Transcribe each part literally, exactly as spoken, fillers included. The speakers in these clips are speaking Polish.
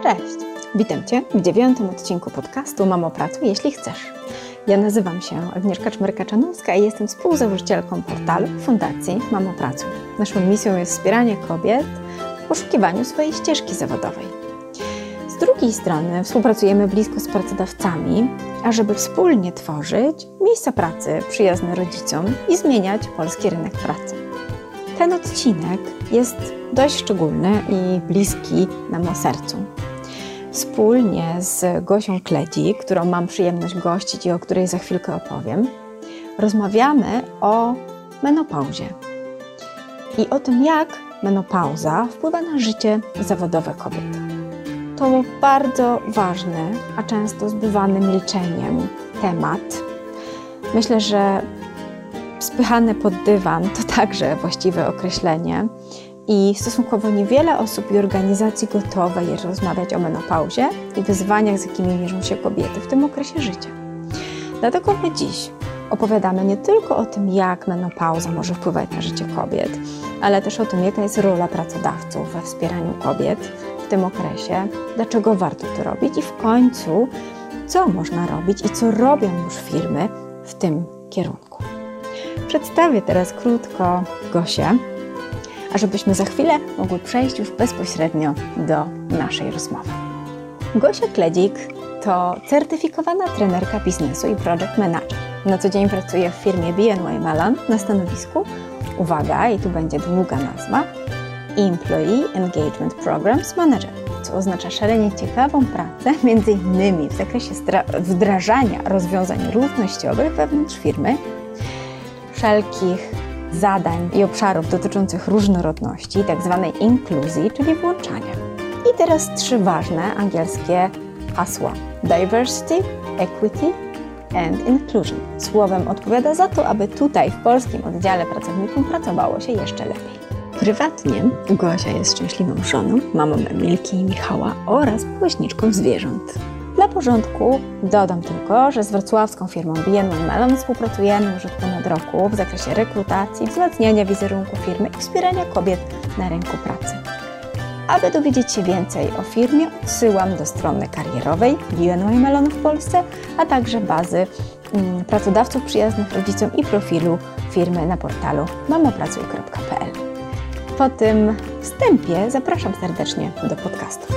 Cześć! Witam Cię w dziewiątym odcinku podcastu Mamo Pracuj, jeśli chcesz. Ja nazywam się Agnieszka Czmerka-Czanowska i jestem współzałożycielką portalu Fundacji Mamo Pracuj. Naszą misją jest wspieranie kobiet w poszukiwaniu swojej ścieżki zawodowej. Z drugiej strony współpracujemy blisko z pracodawcami, ażeby wspólnie tworzyć miejsca pracy przyjazne rodzicom i zmieniać polski rynek pracy. Ten odcinek jest dość szczególny i bliski nam na sercu. Wspólnie z Gosią Kledzik, którą mam przyjemność gościć i o której za chwilkę opowiem, rozmawiamy o menopauzie i o tym, jak menopauza wpływa na życie zawodowe kobiet. To bardzo ważny, a często zbywany milczeniem temat. Myślę, że spychane pod dywan to także właściwe określenie i stosunkowo niewiele osób i organizacji gotowe jest rozmawiać o menopauzie i wyzwaniach, z jakimi mierzą się kobiety w tym okresie życia. Dlatego my dziś opowiadamy nie tylko o tym, jak menopauza może wpływać na życie kobiet, ale też o tym, jaka jest rola pracodawców we wspieraniu kobiet w tym okresie, dlaczego warto to robić i w końcu, co można robić i co robią już firmy w tym kierunku. Przedstawię teraz krótko Gosię, a żebyśmy za chwilę mogły przejść już bezpośrednio do naszej rozmowy. Gosia Kledzik to certyfikowana trenerka biznesu i project manager. Na co dzień pracuje w firmie B N Y Mellon na stanowisku, uwaga, i tu będzie długa nazwa, Employee Engagement Programs Manager, co oznacza szalenie ciekawą pracę, między innymi w zakresie wdrażania rozwiązań równościowych wewnątrz firmy, wszelkich zadań i obszarów dotyczących różnorodności, tak zwanej inkluzji, czyli włączania. I teraz trzy ważne angielskie hasła. Diversity, equity and inclusion. Słowem odpowiada za to, aby tutaj w polskim oddziale pracownikom pracowało się jeszcze lepiej. Prywatnie Gosia jest szczęśliwą żoną, mamą Emilki i Michała oraz miłośniczką zwierząt. Dla porządku dodam tylko, że z wrocławską firmą B N Y Mellon współpracujemy już od ponad roku w zakresie rekrutacji, wzmacniania wizerunku firmy i wspierania kobiet na rynku pracy. Aby dowiedzieć się więcej o firmie, odsyłam do strony karierowej B N Y Mellon w Polsce, a także bazy mm, pracodawców przyjaznych rodzicom i profilu firmy na portalu mamopracuj kropka p l. Po tym wstępie zapraszam serdecznie do podcastu.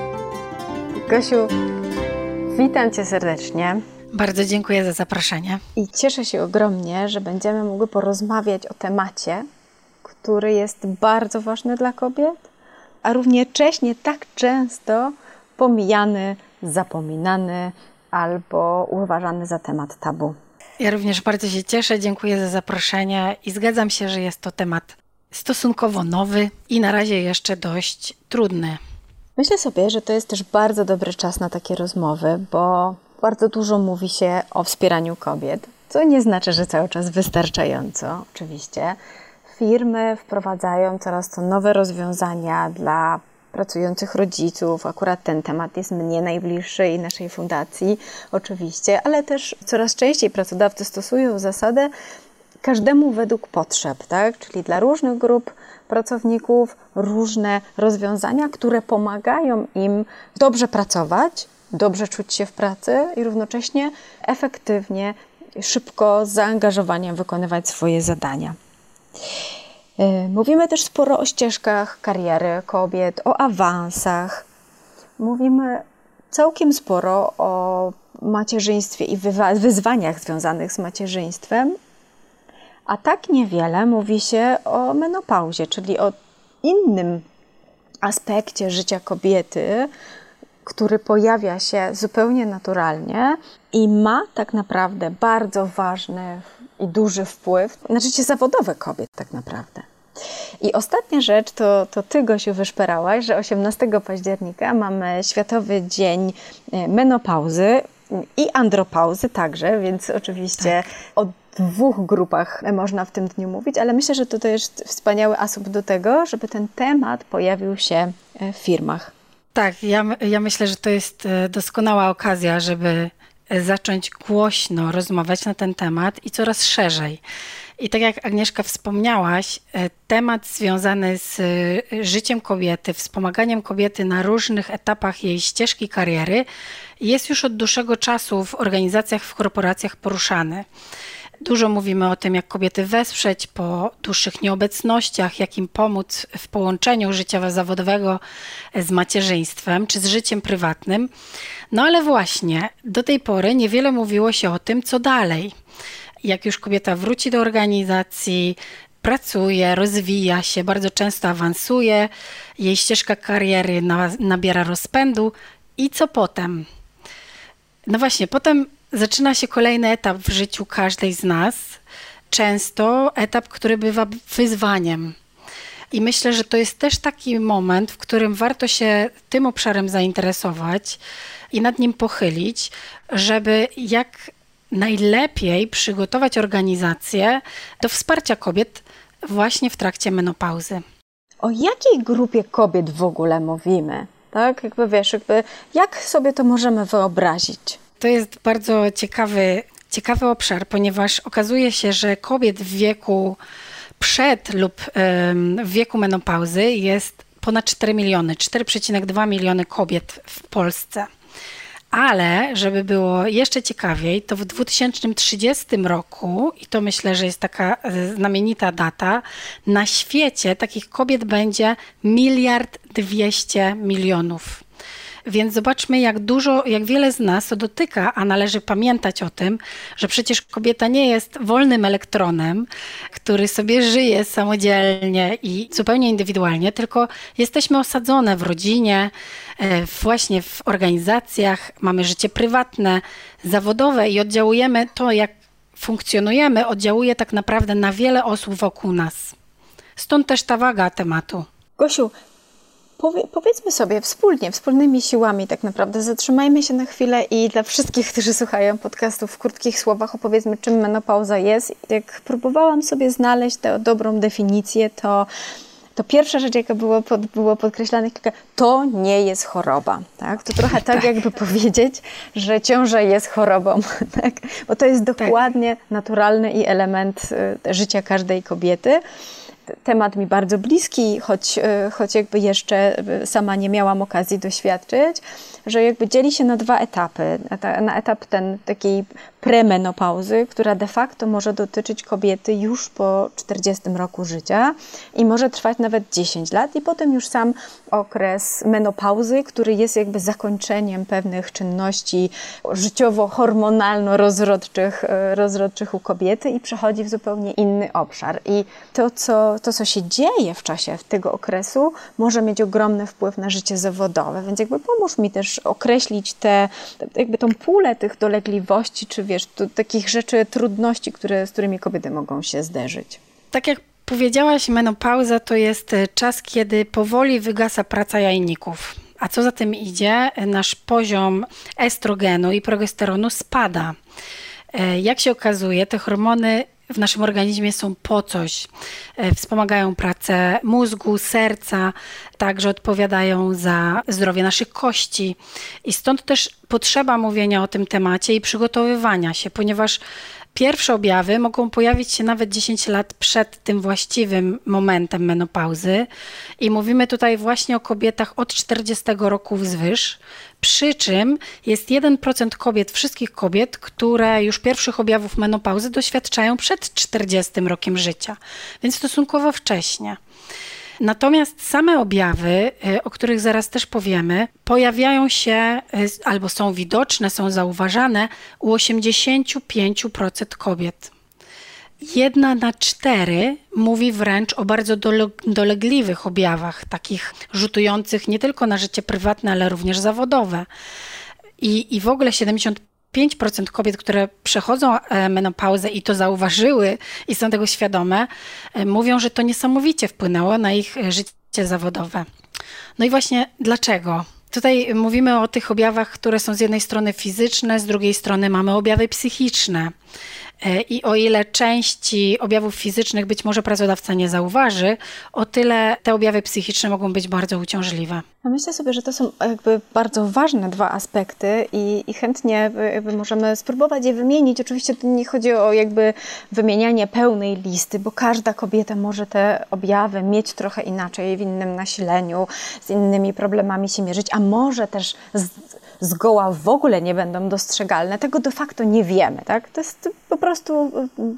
Gosiu, witam Cię serdecznie. Bardzo dziękuję za zaproszenie. I cieszę się ogromnie, że będziemy mogły porozmawiać o temacie, który jest bardzo ważny dla kobiet, a równocześnie tak często pomijany, zapominany albo uważany za temat tabu. Ja również bardzo się cieszę, dziękuję za zaproszenie i zgadzam się, że jest to temat stosunkowo nowy i na razie jeszcze dość trudny. Myślę sobie, że to jest też bardzo dobry czas na takie rozmowy, bo bardzo dużo mówi się o wspieraniu kobiet, co nie znaczy, że cały czas wystarczająco, oczywiście. Firmy wprowadzają coraz to nowe rozwiązania dla pracujących rodziców. Akurat ten temat jest mnie najbliższy i naszej fundacji oczywiście, ale też coraz częściej pracodawcy stosują zasadę każdemu według potrzeb, tak? Czyli dla różnych grup pracowników różne rozwiązania, które pomagają im dobrze pracować, dobrze czuć się w pracy i równocześnie efektywnie, szybko, z zaangażowaniem wykonywać swoje zadania. Mówimy też sporo o ścieżkach kariery kobiet, o awansach. Mówimy całkiem sporo o macierzyństwie i wyzwaniach związanych z macierzyństwem, a tak niewiele mówi się o menopauzie, czyli o innym aspekcie życia kobiety, który pojawia się zupełnie naturalnie i ma tak naprawdę bardzo ważny i duży wpływ na życie zawodowe kobiet tak naprawdę. I ostatnia rzecz, to, to Ty, Gosiu, wyszperałaś, że osiemnastego października mamy Światowy Dzień Menopauzy i andropauzy także, więc oczywiście tak. O dwóch grupach można w tym dniu mówić, ale myślę, że to, to jest wspaniały asumpt do tego, żeby ten temat pojawił się w firmach. Tak, ja, ja myślę, że to jest doskonała okazja, żeby zacząć głośno rozmawiać na ten temat i coraz szerzej. I tak jak Agnieszka wspomniałaś, temat związany z życiem kobiety, wspomaganiem kobiety na różnych etapach jej ścieżki kariery jest już od dłuższego czasu w organizacjach, w korporacjach poruszany. Dużo mówimy o tym, jak kobiety wesprzeć po dłuższych nieobecnościach, jak im pomóc w połączeniu życia zawodowego z macierzyństwem czy z życiem prywatnym. No ale właśnie, do tej pory niewiele mówiło się o tym, co dalej. Jak już kobieta wróci do organizacji, pracuje, rozwija się, bardzo często awansuje, jej ścieżka kariery nabiera rozpędu i co potem? No właśnie, potem zaczyna się kolejny etap w życiu każdej z nas, często etap, który bywa wyzwaniem. I myślę, że to jest też taki moment, w którym warto się tym obszarem zainteresować i nad nim pochylić, żeby jak najlepiej przygotować organizację do wsparcia kobiet właśnie w trakcie menopauzy. O jakiej grupie kobiet w ogóle mówimy? Tak, jakby wiesz, jakby jak sobie to możemy wyobrazić? To jest bardzo ciekawy, ciekawy obszar, ponieważ okazuje się, że kobiet w wieku przed lub w wieku menopauzy jest ponad cztery miliony, cztery przecinek dwa miliony kobiet w Polsce. Ale żeby było jeszcze ciekawiej, to w dwa tysiące trzydziestym roku, i to myślę, że jest taka znamienita data, na świecie takich kobiet będzie miliard dwieście milionów. Więc zobaczmy, jak dużo, jak wiele z nas to dotyka, a należy pamiętać o tym, że przecież kobieta nie jest wolnym elektronem, który sobie żyje samodzielnie i zupełnie indywidualnie, tylko jesteśmy osadzone w rodzinie, właśnie w organizacjach, mamy życie prywatne, zawodowe i oddziałujemy to, jak funkcjonujemy, oddziałuje tak naprawdę na wiele osób wokół nas. Stąd też ta waga tematu. Gosiu, Powie, powiedzmy sobie wspólnie, wspólnymi siłami tak naprawdę, zatrzymajmy się na chwilę i dla wszystkich, którzy słuchają podcastów, w krótkich słowach opowiedzmy, czym menopauza jest. Jak próbowałam sobie znaleźć tę dobrą definicję, to, to pierwsza rzecz, jaka było, pod, było podkreślana, to nie jest choroba. Tak? To trochę tak, jakby powiedzieć, że ciąża jest chorobą, tak? Bo to jest dokładnie tak. naturalny i element y, życia każdej kobiety. Temat mi bardzo bliski, choć, choć jakby jeszcze sama nie miałam okazji doświadczyć, że jakby dzieli się na dwa etapy. Na etap ten takiej premenopauzy, która de facto może dotyczyć kobiety już po czterdziestym roku życia i może trwać nawet dziesięć lat i potem już sam okres menopauzy, który jest jakby zakończeniem pewnych czynności życiowo-hormonalno-rozrodczych rozrodczych u kobiety i przechodzi w zupełnie inny obszar. I to co, to, co się dzieje w czasie tego okresu, może mieć ogromny wpływ na życie zawodowe, więc jakby pomóż mi też określić te, jakby tą pulę tych dolegliwości, czy wiesz, to, takich rzeczy, trudności, które, z którymi kobiety mogą się zderzyć. Tak jak powiedziałaś, menopauza to jest czas, kiedy powoli wygasa praca jajników. A co za tym idzie, nasz poziom estrogenu i progesteronu spada. Jak się okazuje, te hormony w naszym organizmie są po coś. Wspomagają pracę mózgu, serca, także odpowiadają za zdrowie naszych kości. I stąd też potrzeba mówienia o tym temacie i przygotowywania się, ponieważ pierwsze objawy mogą pojawić się nawet dziesięć lat przed tym właściwym momentem menopauzy i mówimy tutaj właśnie o kobietach od czterdziestego roku wzwyż, przy czym jest jeden procent kobiet, wszystkich kobiet, które już pierwszych objawów menopauzy doświadczają przed czterdziestym rokiem życia, więc stosunkowo wcześnie. Natomiast same objawy, o których zaraz też powiemy, pojawiają się albo są widoczne, są zauważane u osiemdziesiąt pięć procent kobiet. Jedna na cztery mówi wręcz o bardzo dolegliwych objawach, takich rzutujących nie tylko na życie prywatne, ale również zawodowe. I, i w ogóle siedemdziesiąt pięć procent kobiet, które przechodzą menopauzę i to zauważyły i są tego świadome, mówią, że to niesamowicie wpłynęło na ich życie zawodowe. No i właśnie dlaczego? Tutaj mówimy o tych objawach, które są z jednej strony fizyczne, z drugiej strony mamy objawy psychiczne. I o ile części objawów fizycznych być może pracodawca nie zauważy, o tyle te objawy psychiczne mogą być bardzo uciążliwe. Myślę sobie, że to są jakby bardzo ważne dwa aspekty i, i chętnie jakby możemy spróbować je wymienić. Oczywiście to nie chodzi o jakby wymienianie pełnej listy, bo każda kobieta może te objawy mieć trochę inaczej, w innym nasileniu, z innymi problemami się mierzyć, a może też z, zgoła w ogóle nie będą dostrzegalne. Tego de facto nie wiemy, tak? To jest po prostu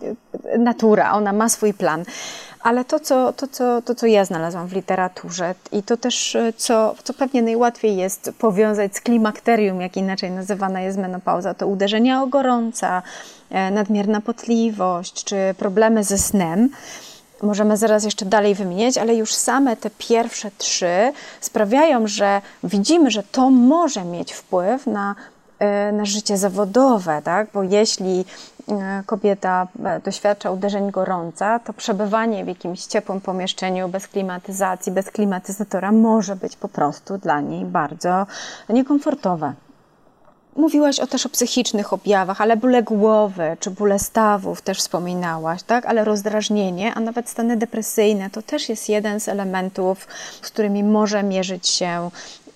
natura, ona ma swój plan. Ale to co, to, co, to, co ja znalazłam w literaturze i to też, co, co pewnie najłatwiej jest powiązać z klimakterium, jak inaczej nazywana jest menopauza, to uderzenia o gorąca, nadmierna potliwość czy problemy ze snem. Możemy zaraz jeszcze dalej wymieniać, ale już same te pierwsze trzy sprawiają, że widzimy, że to może mieć wpływ na, na życie zawodowe, tak? Bo jeśli kobieta doświadcza uderzeń gorąca, to przebywanie w jakimś ciepłym pomieszczeniu bez klimatyzacji, bez klimatyzatora może być po prostu dla niej bardzo niekomfortowe. Mówiłaś o, też o psychicznych objawach, ale bóle głowy czy bóle stawów też wspominałaś, tak? Ale rozdrażnienie, a nawet stany depresyjne to też jest jeden z elementów, z którymi może mierzyć się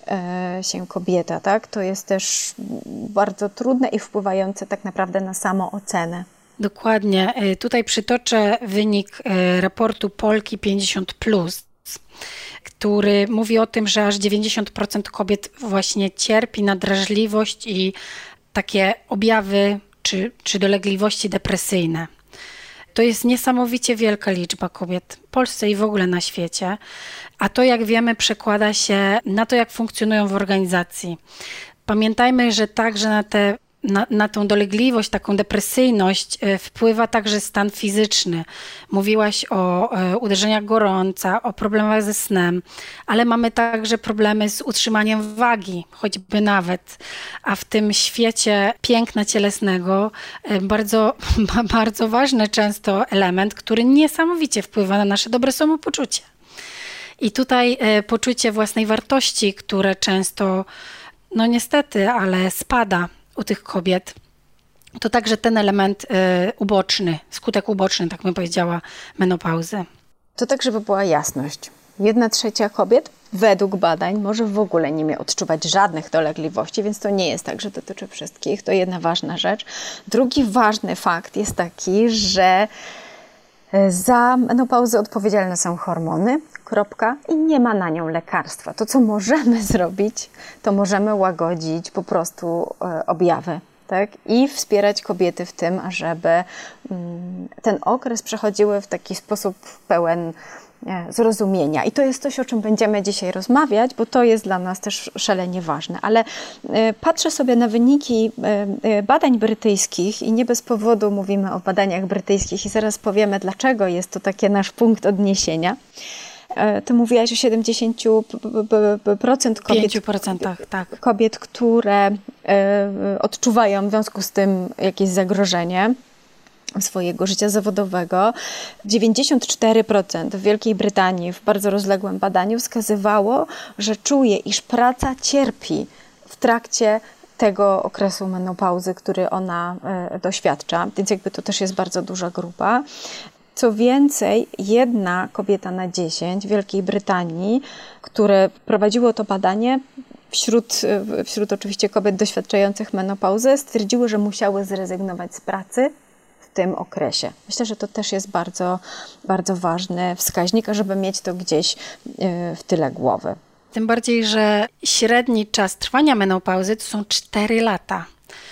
się kobieta, tak? To jest też bardzo trudne i wpływające tak naprawdę na samoocenę. Dokładnie. Tutaj przytoczę wynik raportu Polki pięćdziesiąt plus, który mówi o tym, że aż dziewięćdziesiąt procent kobiet właśnie cierpi na drażliwość i takie objawy czy, czy dolegliwości depresyjne. To jest niesamowicie wielka liczba kobiet w Polsce i w ogóle na świecie, a to, jak wiemy, przekłada się na to, jak funkcjonują w organizacji. Pamiętajmy, że także na te Na, na tą dolegliwość, taką depresyjność wpływa także stan fizyczny. Mówiłaś o e, uderzeniach gorąca, o problemach ze snem, ale mamy także problemy z utrzymaniem wagi, choćby nawet. A w tym świecie piękna cielesnego e, bardzo, bardzo ważny często element, który niesamowicie wpływa na nasze dobre samopoczucie. I tutaj e, poczucie własnej wartości, które często, no niestety, ale spada u tych kobiet, to także ten element y, uboczny, skutek uboczny, tak bym powiedziała, menopauzy. To tak, żeby była jasność. Jedna trzecia kobiet według badań może w ogóle nie odczuwać żadnych dolegliwości, więc to nie jest tak, że dotyczy wszystkich. To jedna ważna rzecz. Drugi ważny fakt jest taki, że za menopauzę odpowiedzialne są hormony, kropka, i nie ma na nią lekarstwa. To, co możemy zrobić, to możemy łagodzić po prostu objawy, tak? I wspierać kobiety w tym, ażeby ten okres przechodziły w taki sposób pełen zrozumienia. I to jest coś, o czym będziemy dzisiaj rozmawiać, bo to jest dla nas też szalenie ważne. Ale patrzę sobie na wyniki badań brytyjskich i nie bez powodu mówimy o badaniach brytyjskich i zaraz powiemy, dlaczego jest to taki nasz punkt odniesienia. Ty mówiłaś o siedemdziesięciu procent kobiet, pięciu procent, tak. kobiet, które odczuwają w związku z tym jakieś zagrożenie swojego życia zawodowego. dziewięćdziesiąt cztery procent w Wielkiej Brytanii w bardzo rozległym badaniu wskazywało, że czuje, iż praca cierpi w trakcie tego okresu menopauzy, który ona e, doświadcza, więc jakby to też jest bardzo duża grupa. Co więcej, jedna kobieta na dziesięć w Wielkiej Brytanii, które prowadziło to badanie, wśród, wśród oczywiście kobiet doświadczających menopauzy, stwierdziły, że musiały zrezygnować z pracy w tym okresie. Myślę, że to też jest bardzo, bardzo ważny wskaźnik, ażeby mieć to gdzieś w tyle głowy. Tym bardziej, że średni czas trwania menopauzy to są cztery lata.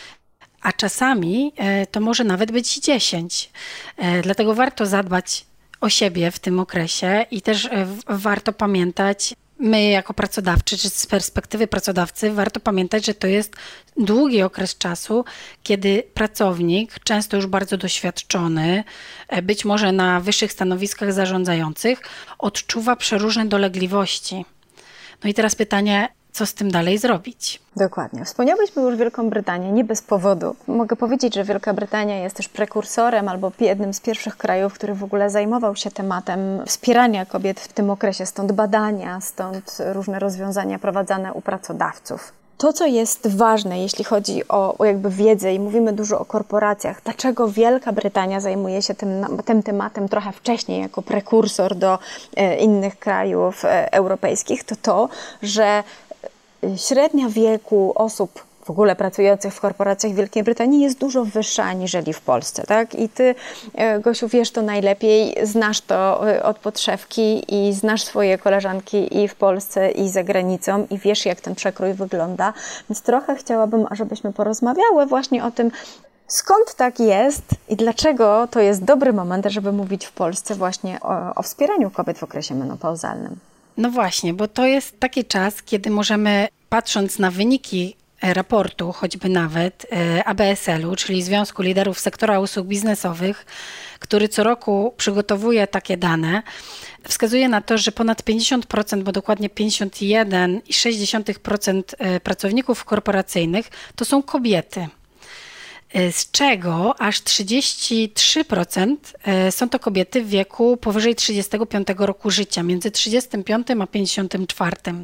A czasami to może nawet być dziesięć. Dlatego warto zadbać o siebie w tym okresie i też warto pamiętać, my jako pracodawcy, czy z perspektywy pracodawcy, warto pamiętać, że to jest długi okres czasu, kiedy pracownik, często już bardzo doświadczony, być może na wyższych stanowiskach zarządzających, odczuwa przeróżne dolegliwości. No i teraz pytanie, co z tym dalej zrobić? Dokładnie. Wspomniałyśmy już Wielką Brytanię, nie bez powodu. Mogę powiedzieć, że Wielka Brytania jest też prekursorem albo jednym z pierwszych krajów, który w ogóle zajmował się tematem wspierania kobiet w tym okresie, stąd badania, stąd różne rozwiązania prowadzone u pracodawców. To, co jest ważne, jeśli chodzi o, o jakby wiedzę i mówimy dużo o korporacjach, dlaczego Wielka Brytania zajmuje się tym, tym tematem trochę wcześniej jako prekursor do e, innych krajów e, europejskich, to to, że średnia wieku osób w ogóle pracujących w korporacjach w Wielkiej Brytanii jest dużo wyższa aniżeli w Polsce, tak? I ty, Gosiu, wiesz to najlepiej, znasz to od podszewki i znasz swoje koleżanki i w Polsce, i za granicą i wiesz, jak ten przekrój wygląda, więc trochę chciałabym, żebyśmy porozmawiały właśnie o tym, skąd tak jest i dlaczego to jest dobry moment, żeby mówić w Polsce właśnie o, o wspieraniu kobiet w okresie menopauzalnym. No właśnie, bo to jest taki czas, kiedy możemy, patrząc na wyniki raportu, choćby nawet A B S L u, czyli Związku Liderów Sektora Usług Biznesowych, który co roku przygotowuje takie dane, wskazuje na to, że ponad pięćdziesiąt procent, bo dokładnie pięćdziesiąt jeden przecinek sześć procent pracowników korporacyjnych to są kobiety. Z czego aż trzydzieści trzy procent są to kobiety w wieku powyżej trzydziestego piątego roku życia, między trzydziestym piątym a pięćdziesiątym czwartym.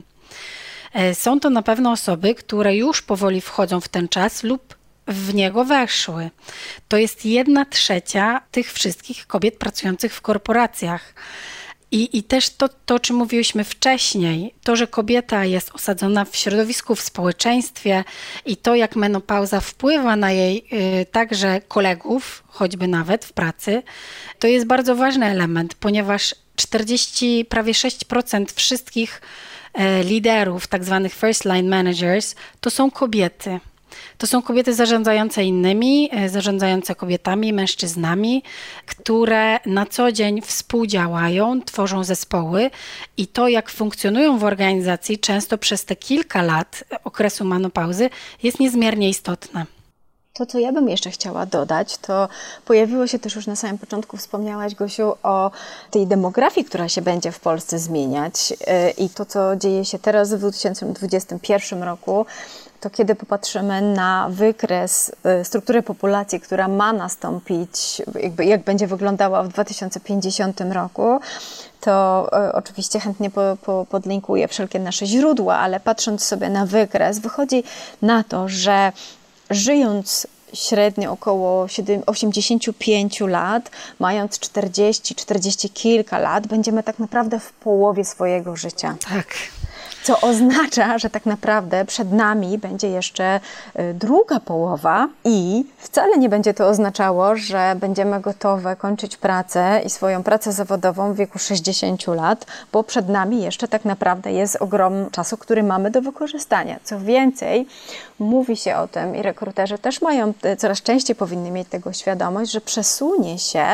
Są to na pewno osoby, które już powoli wchodzą w ten czas lub w niego weszły. To jest jedna trzecia tych wszystkich kobiet pracujących w korporacjach. I, i też to, to, o czym mówiłyśmy wcześniej, to, że kobieta jest osadzona w środowisku, w społeczeństwie i to, jak menopauza wpływa na jej y, także kolegów, choćby nawet w pracy, to jest bardzo ważny element, ponieważ czterdzieści, prawie sześć procent wszystkich y, liderów, tak zwanych first line managers, to są kobiety. To są kobiety zarządzające innymi, zarządzające kobietami, mężczyznami, które na co dzień współdziałają, tworzą zespoły i to, jak funkcjonują w organizacji, często przez te kilka lat okresu menopauzy, jest niezmiernie istotne. To, co ja bym jeszcze chciała dodać, to pojawiło się też już na samym początku, wspomniałaś, Gosiu, o tej demografii, która się będzie w Polsce zmieniać i to, co dzieje się teraz w dwa tysiące dwudziestym pierwszym roku, to kiedy popatrzymy na wykres struktury populacji, która ma nastąpić, jakby jak będzie wyglądała w dwa tysiące pięćdziesiątym roku, to e, oczywiście chętnie po, po, podlinkuję wszelkie nasze źródła, ale patrząc sobie na wykres, wychodzi na to, że żyjąc średnio około osiemdziesiąt pięć lat, mając czterdzieści, czterdzieści kilka lat, będziemy tak naprawdę w połowie swojego życia. Tak. Co oznacza, że tak naprawdę przed nami będzie jeszcze druga połowa i wcale nie będzie to oznaczało, że będziemy gotowe kończyć pracę i swoją pracę zawodową w wieku sześćdziesięciu lat, bo przed nami jeszcze tak naprawdę jest ogrom czasu, który mamy do wykorzystania. Co więcej, mówi się o tym i rekruterzy też mają, coraz częściej powinni mieć tego świadomość, że przesunie się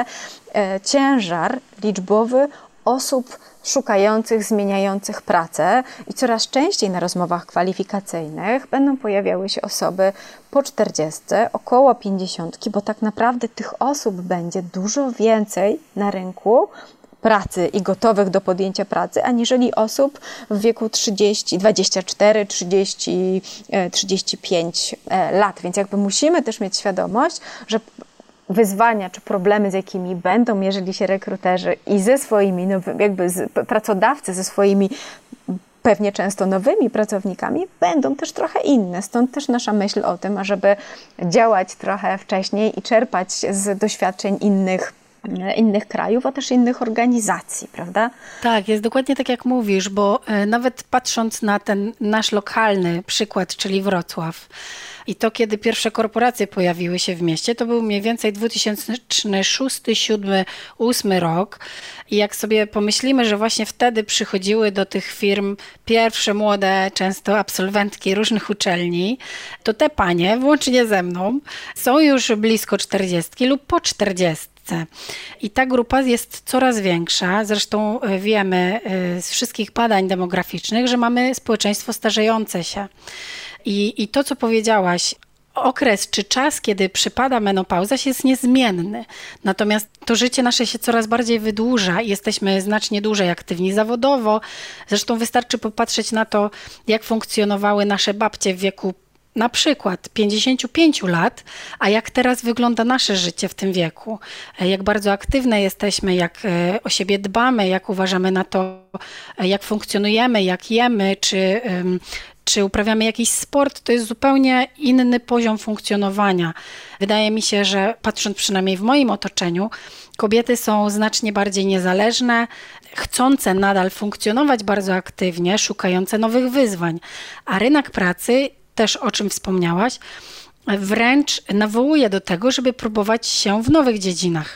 ciężar liczbowy osób szukających, zmieniających pracę i coraz częściej na rozmowach kwalifikacyjnych będą pojawiały się osoby po czterdziestce, około pięćdziesiątki, bo tak naprawdę tych osób będzie dużo więcej na rynku pracy i gotowych do podjęcia pracy, aniżeli osób w wieku trzydzieści, dwadzieścia cztery, trzydzieści, trzydzieści pięć lat. Więc jakby musimy też mieć świadomość, że wyzwania czy problemy, z jakimi będą mierzyli się rekruterzy i ze swoimi, nowymi, jakby z, pracodawcy ze swoimi pewnie często nowymi pracownikami, będą też trochę inne. Stąd też nasza myśl o tym, ażeby działać trochę wcześniej i czerpać z doświadczeń innych innych krajów, a też innych organizacji, prawda? Tak, jest dokładnie tak jak mówisz, bo nawet patrząc na ten nasz lokalny przykład, czyli Wrocław, i to, kiedy pierwsze korporacje pojawiły się w mieście, to był mniej więcej dwa tysiące szósty, siódmy, ósmy rok. I jak sobie pomyślimy, że właśnie wtedy przychodziły do tych firm pierwsze młode, często absolwentki różnych uczelni, to te panie, włącznie ze mną, są już blisko czterdziestki lub po czterdziestce. I ta grupa jest coraz większa. Zresztą wiemy z wszystkich badań demograficznych, że mamy społeczeństwo starzejące się. I, I to, co powiedziałaś, okres czy czas, kiedy przypada menopauza, jest niezmienny. Natomiast to życie nasze się coraz bardziej wydłuża i jesteśmy znacznie dłużej aktywni zawodowo. Zresztą wystarczy popatrzeć na to, jak funkcjonowały nasze babcie w wieku na przykład pięćdziesięciu pięciu lat, a jak teraz wygląda nasze życie w tym wieku, jak bardzo aktywne jesteśmy, jak o siebie dbamy, jak uważamy na to, jak funkcjonujemy, jak jemy, czy, czy uprawiamy jakiś sport, to jest zupełnie inny poziom funkcjonowania. Wydaje mi się, że patrząc przynajmniej w moim otoczeniu, kobiety są znacznie bardziej niezależne, chcące nadal funkcjonować bardzo aktywnie, szukające nowych wyzwań, a rynek pracy, też o czym wspomniałaś, wręcz nawołuje do tego, żeby próbować się w nowych dziedzinach.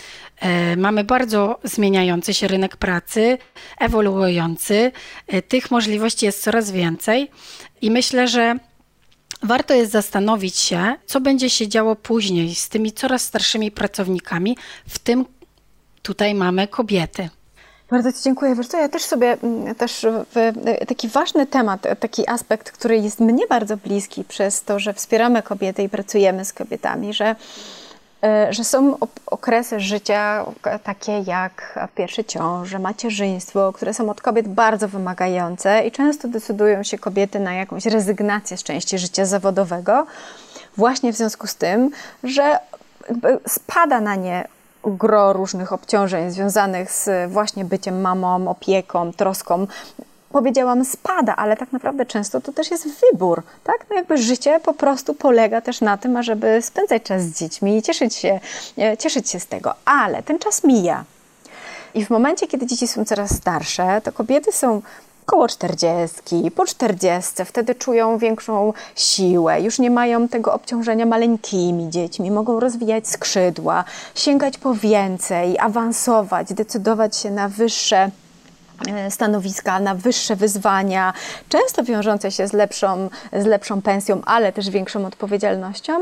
Mamy bardzo zmieniający się rynek pracy, ewoluujący. Tych możliwości jest coraz więcej i myślę, że warto jest zastanowić się, co będzie się działo później z tymi coraz starszymi pracownikami, w tym tutaj mamy kobiety. Bardzo Ci dziękuję. Wiesz co, ja też sobie, też w, taki ważny temat, taki aspekt, który jest mnie bardzo bliski przez to, że wspieramy kobiety i pracujemy z kobietami, że, że są okresy życia takie jak pierwsze ciąże, macierzyństwo, które są od kobiet bardzo wymagające i często decydują się kobiety na jakąś rezygnację z części życia zawodowego właśnie w związku z tym, że jakby spada na nie gro różnych obciążeń związanych z właśnie byciem mamą, opieką, troską. Powiedziałam spada, ale tak naprawdę często to też jest wybór, tak? No jakby życie po prostu polega też na tym, ażeby spędzać czas z dziećmi i cieszyć się, cieszyć się z tego, ale ten czas mija. I w momencie, kiedy dzieci są coraz starsze, to kobiety są koło czterdziestki, po czterdziestce, wtedy czują większą siłę, już nie mają tego obciążenia maleńkimi dziećmi, mogą rozwijać skrzydła, sięgać po więcej, awansować, decydować się na wyższe stanowiska, na wyższe wyzwania, często wiążące się z lepszą, z lepszą pensją, ale też większą odpowiedzialnością.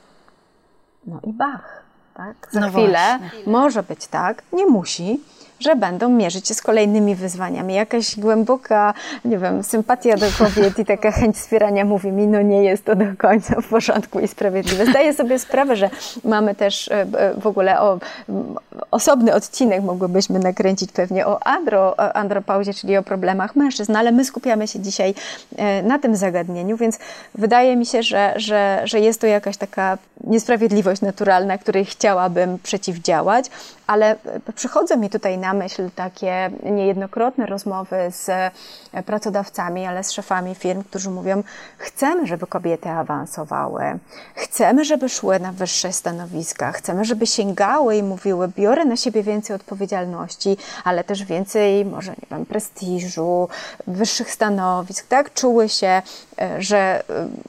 No i bach, tak? Za no chwilę właśnie. Może być tak, nie musi, że będą mierzyć się z kolejnymi wyzwaniami. Jakaś głęboka, nie wiem, sympatia do kobiet i taka chęć wspierania mówi mi, no nie jest to do końca w porządku i sprawiedliwe. Zdaję sobie sprawę, że mamy też w ogóle o, osobny odcinek, mogłybyśmy nakręcić pewnie o andro, andropauzie, czyli o problemach mężczyzn, ale my skupiamy się dzisiaj na tym zagadnieniu, więc wydaje mi się, że, że, że jest to jakaś taka niesprawiedliwość naturalna, której chciałabym przeciwdziałać, ale przychodzą mi tutaj na myśl takie niejednokrotne rozmowy z pracodawcami, ale z szefami firm, którzy mówią, chcemy, żeby kobiety awansowały, chcemy, żeby szły na wyższe stanowiska, chcemy, żeby sięgały i mówiły, biorę na siebie więcej odpowiedzialności, ale też więcej, może nie wiem, prestiżu, wyższych stanowisk, tak? Czuły się, że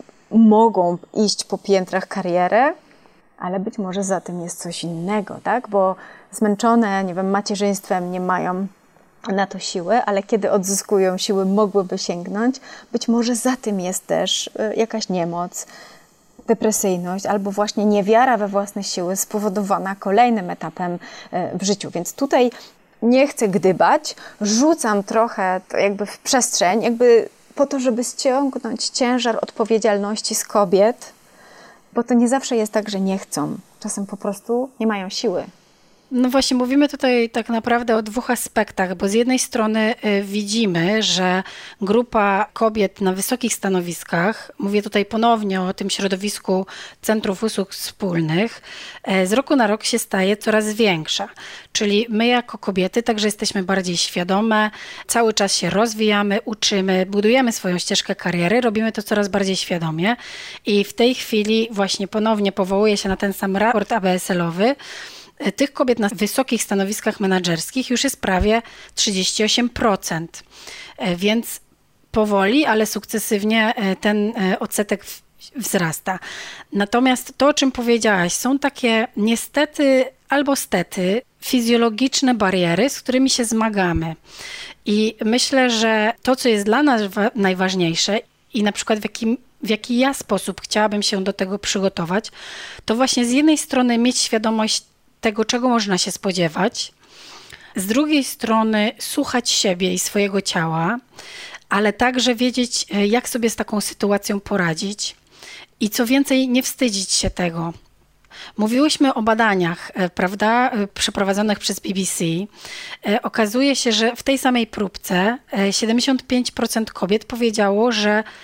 mogą iść po piętrach kariery, ale być może za tym jest coś innego, tak? Bo zmęczone, nie wiem, macierzyństwem nie mają na to siły, ale kiedy odzyskują siły, mogłyby sięgnąć. Być może za tym jest też jakaś niemoc, depresyjność albo właśnie niewiara we własne siły spowodowana kolejnym etapem w życiu. Więc tutaj nie chcę gdybać, rzucam trochę to jakby w przestrzeń, jakby po to, żeby ściągnąć ciężar odpowiedzialności z kobiet, bo to nie zawsze jest tak, że nie chcą. Czasem po prostu nie mają siły. No właśnie, mówimy tutaj tak naprawdę o dwóch aspektach, bo z jednej strony widzimy, że grupa kobiet na wysokich stanowiskach, mówię tutaj ponownie o tym środowisku Centrów Usług Wspólnych, z roku na rok się staje coraz większa. Czyli my jako kobiety także jesteśmy bardziej świadome, cały czas się rozwijamy, uczymy, budujemy swoją ścieżkę kariery, robimy to coraz bardziej świadomie i w tej chwili właśnie ponownie powołuję się na ten sam raport A B S L-owy. Tych kobiet na wysokich stanowiskach menedżerskich już jest prawie trzydzieści osiem procent, więc powoli, ale sukcesywnie ten odsetek wzrasta. Natomiast to, o czym powiedziałaś, są takie niestety albo stety fizjologiczne bariery, z którymi się zmagamy. I myślę, że to, co jest dla nas najważniejsze i na przykład w jakim w jaki ja sposób chciałabym się do tego przygotować, to właśnie z jednej strony mieć świadomość tego, czego można się spodziewać, z drugiej strony słuchać siebie i swojego ciała, ale także wiedzieć, jak sobie z taką sytuacją poradzić i co więcej, nie wstydzić się tego. Mówiłyśmy o badaniach, prawda, przeprowadzonych przez B B C. Okazuje się, że w tej samej próbce siedemdziesiąt pięć procent kobiet powiedziało, że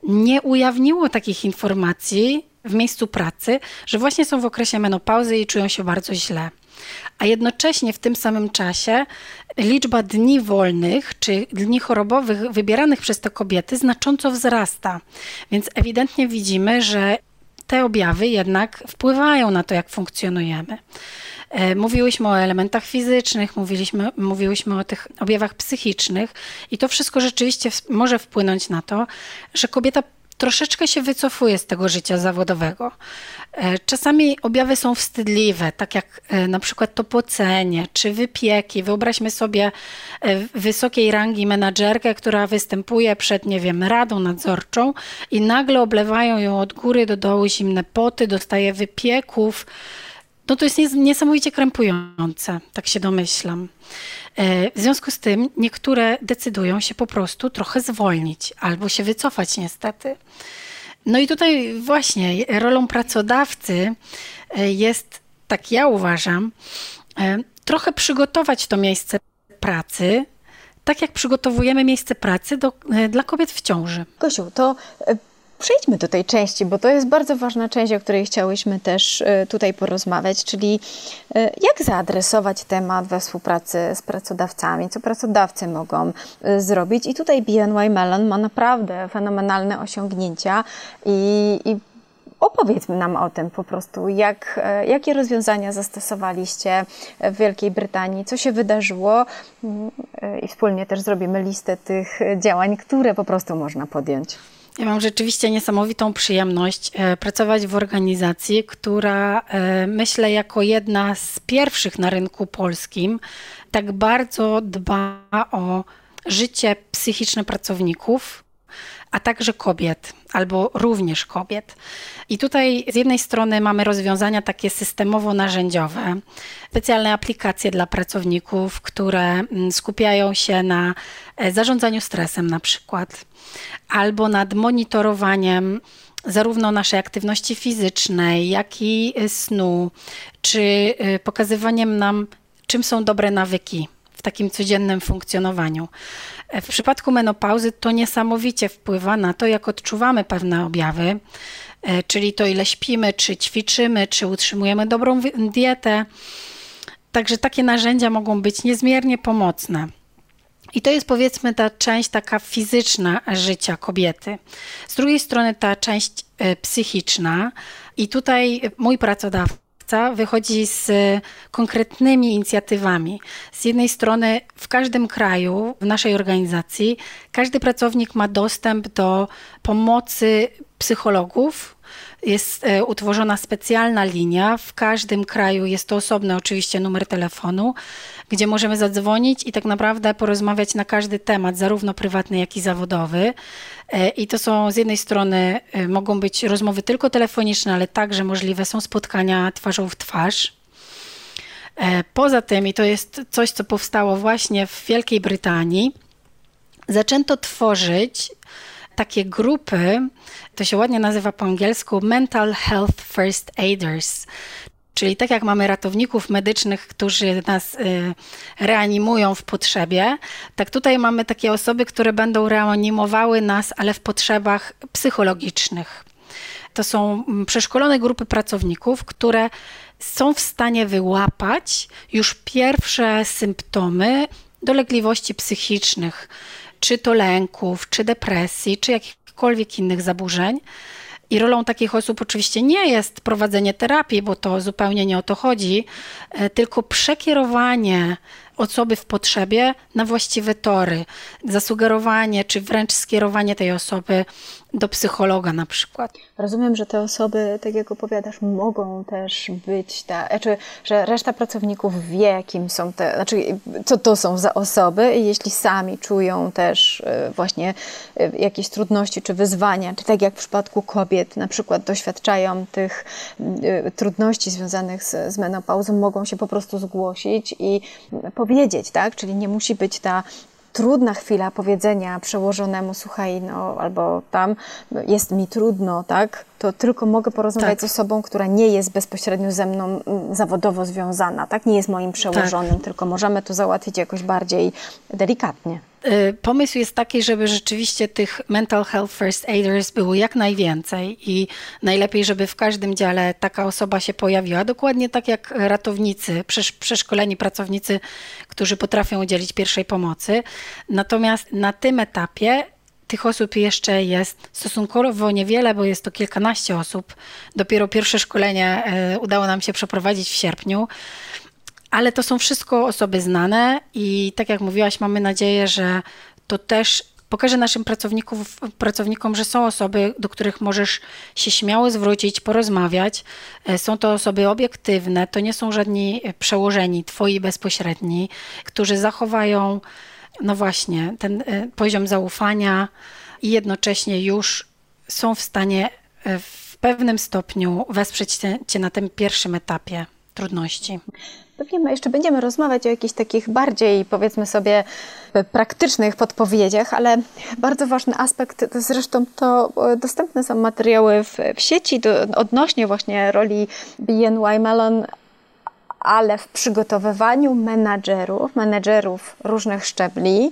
nie ujawniło takich informacji w miejscu pracy, że właśnie są w okresie menopauzy i czują się bardzo źle. A jednocześnie w tym samym czasie liczba dni wolnych czy dni chorobowych wybieranych przez te kobiety znacząco wzrasta. Więc ewidentnie widzimy, że te objawy jednak wpływają na to, jak funkcjonujemy. Mówiłyśmy o elementach fizycznych, mówiliśmy, mówiłyśmy o tych objawach psychicznych i to wszystko rzeczywiście może wpłynąć na to, że kobieta troszeczkę się wycofuje z tego życia zawodowego. Czasami objawy są wstydliwe, tak jak na przykład to pocenie czy wypieki. Wyobraźmy sobie wysokiej rangi menadżerkę, która występuje przed, nie wiem, radą nadzorczą i nagle oblewają ją od góry do dołu zimne poty, dostaje wypieków. No to jest niesamowicie krępujące, tak się domyślam. W związku z tym niektóre decydują się po prostu trochę zwolnić albo się wycofać niestety. No i tutaj właśnie rolą pracodawcy jest, tak ja uważam, trochę przygotować to miejsce pracy, tak jak przygotowujemy miejsce pracy do, dla kobiet w ciąży. Gosiu, to przejdźmy do tej części, bo to jest bardzo ważna część, o której chciałyśmy też tutaj porozmawiać, czyli jak zaadresować temat we współpracy z pracodawcami, co pracodawcy mogą zrobić. I tutaj B N Y Mellon ma naprawdę fenomenalne osiągnięcia i, i opowiedz nam o tym po prostu, jak, jakie rozwiązania zastosowaliście w Wielkiej Brytanii, co się wydarzyło i wspólnie też zrobimy listę tych działań, które po prostu można podjąć. Ja mam rzeczywiście niesamowitą przyjemność e, pracować w organizacji, która e, myślę jako jedna z pierwszych na rynku polskim tak bardzo dba o życie psychiczne pracowników, a także kobiet, albo również kobiet. I tutaj z jednej strony mamy rozwiązania takie systemowo-narzędziowe, specjalne aplikacje dla pracowników, które skupiają się na zarządzaniu stresem na przykład, albo nad monitorowaniem zarówno naszej aktywności fizycznej, jak i snu, czy pokazywaniem nam, czym są dobre nawyki w takim codziennym funkcjonowaniu. W przypadku menopauzy to niesamowicie wpływa na to, jak odczuwamy pewne objawy, czyli to ile śpimy, czy ćwiczymy, czy utrzymujemy dobrą dietę. Także takie narzędzia mogą być niezmiernie pomocne. I to jest powiedzmy ta część taka fizyczna życia kobiety. Z drugiej strony ta część psychiczna i tutaj mój pracodawca wychodzi z konkretnymi inicjatywami. Z jednej strony w każdym kraju, w naszej organizacji, każdy pracownik ma dostęp do pomocy psychologów. Jest utworzona specjalna linia. W każdym kraju jest to osobny oczywiście numer telefonu, gdzie możemy zadzwonić i tak naprawdę porozmawiać na każdy temat, zarówno prywatny, jak i zawodowy. I to są z jednej strony mogą być rozmowy tylko telefoniczne, ale także możliwe są spotkania twarzą w twarz. Poza tym, i to jest coś, co powstało właśnie w Wielkiej Brytanii, zaczęto tworzyć takie grupy, to się ładnie nazywa po angielsku Mental Health First Aiders, czyli tak jak mamy ratowników medycznych, którzy nas y, reanimują w potrzebie, tak tutaj mamy takie osoby, które będą reanimowały nas, ale w potrzebach psychologicznych. To są przeszkolone grupy pracowników, które są w stanie wyłapać już pierwsze symptomy dolegliwości psychicznych, czy to lęków, czy depresji, czy jakichkolwiek innych zaburzeń. I rolą takich osób oczywiście nie jest prowadzenie terapii, bo to zupełnie nie o to chodzi, tylko przekierowanie osoby w potrzebie na właściwe tory, zasugerowanie czy wręcz skierowanie tej osoby do psychologa na przykład. Rozumiem, że te osoby, tak jak opowiadasz, mogą też być, ta, znaczy, że reszta pracowników wie, kim są te, znaczy, co to są za osoby i jeśli sami czują też właśnie jakieś trudności czy wyzwania, czy tak jak w przypadku kobiet na przykład doświadczają tych trudności związanych z, z menopauzą, mogą się po prostu zgłosić i powiedzieć, tak? Czyli nie musi być ta trudna chwila powiedzenia przełożonemu, słuchaj, no albo tam jest mi trudno, tak? to tylko mogę porozmawiać tak. z osobą, która nie jest bezpośrednio ze mną zawodowo związana, tak? Nie jest moim przełożonym, tak. tylko możemy to załatwić jakoś bardziej delikatnie. Pomysł jest taki, żeby rzeczywiście tych mental health first aiders było jak najwięcej i najlepiej, żeby w każdym dziale taka osoba się pojawiła. Dokładnie tak jak ratownicy, przeszkoleni pracownicy, którzy potrafią udzielić pierwszej pomocy. Natomiast na tym etapie tych osób jeszcze jest stosunkowo niewiele, bo jest to kilkanaście osób. Dopiero pierwsze szkolenie udało nam się przeprowadzić w sierpniu. Ale to są wszystko osoby znane i tak jak mówiłaś, mamy nadzieję, że to też pokaże naszym pracownikom, że są osoby, do których możesz się śmiało zwrócić, porozmawiać. Są to osoby obiektywne, to nie są żadni przełożeni, twoi bezpośredni, którzy zachowają, no właśnie, ten poziom zaufania i jednocześnie już są w stanie w pewnym stopniu wesprzeć cię na tym pierwszym etapie trudności. Pewnie my jeszcze będziemy rozmawiać o jakichś takich bardziej, powiedzmy sobie, praktycznych podpowiedziach, ale bardzo ważny aspekt, zresztą to dostępne są materiały w, w sieci do, odnośnie właśnie roli B N Y Mellon, ale w przygotowywaniu menadżerów, menedżerów różnych szczebli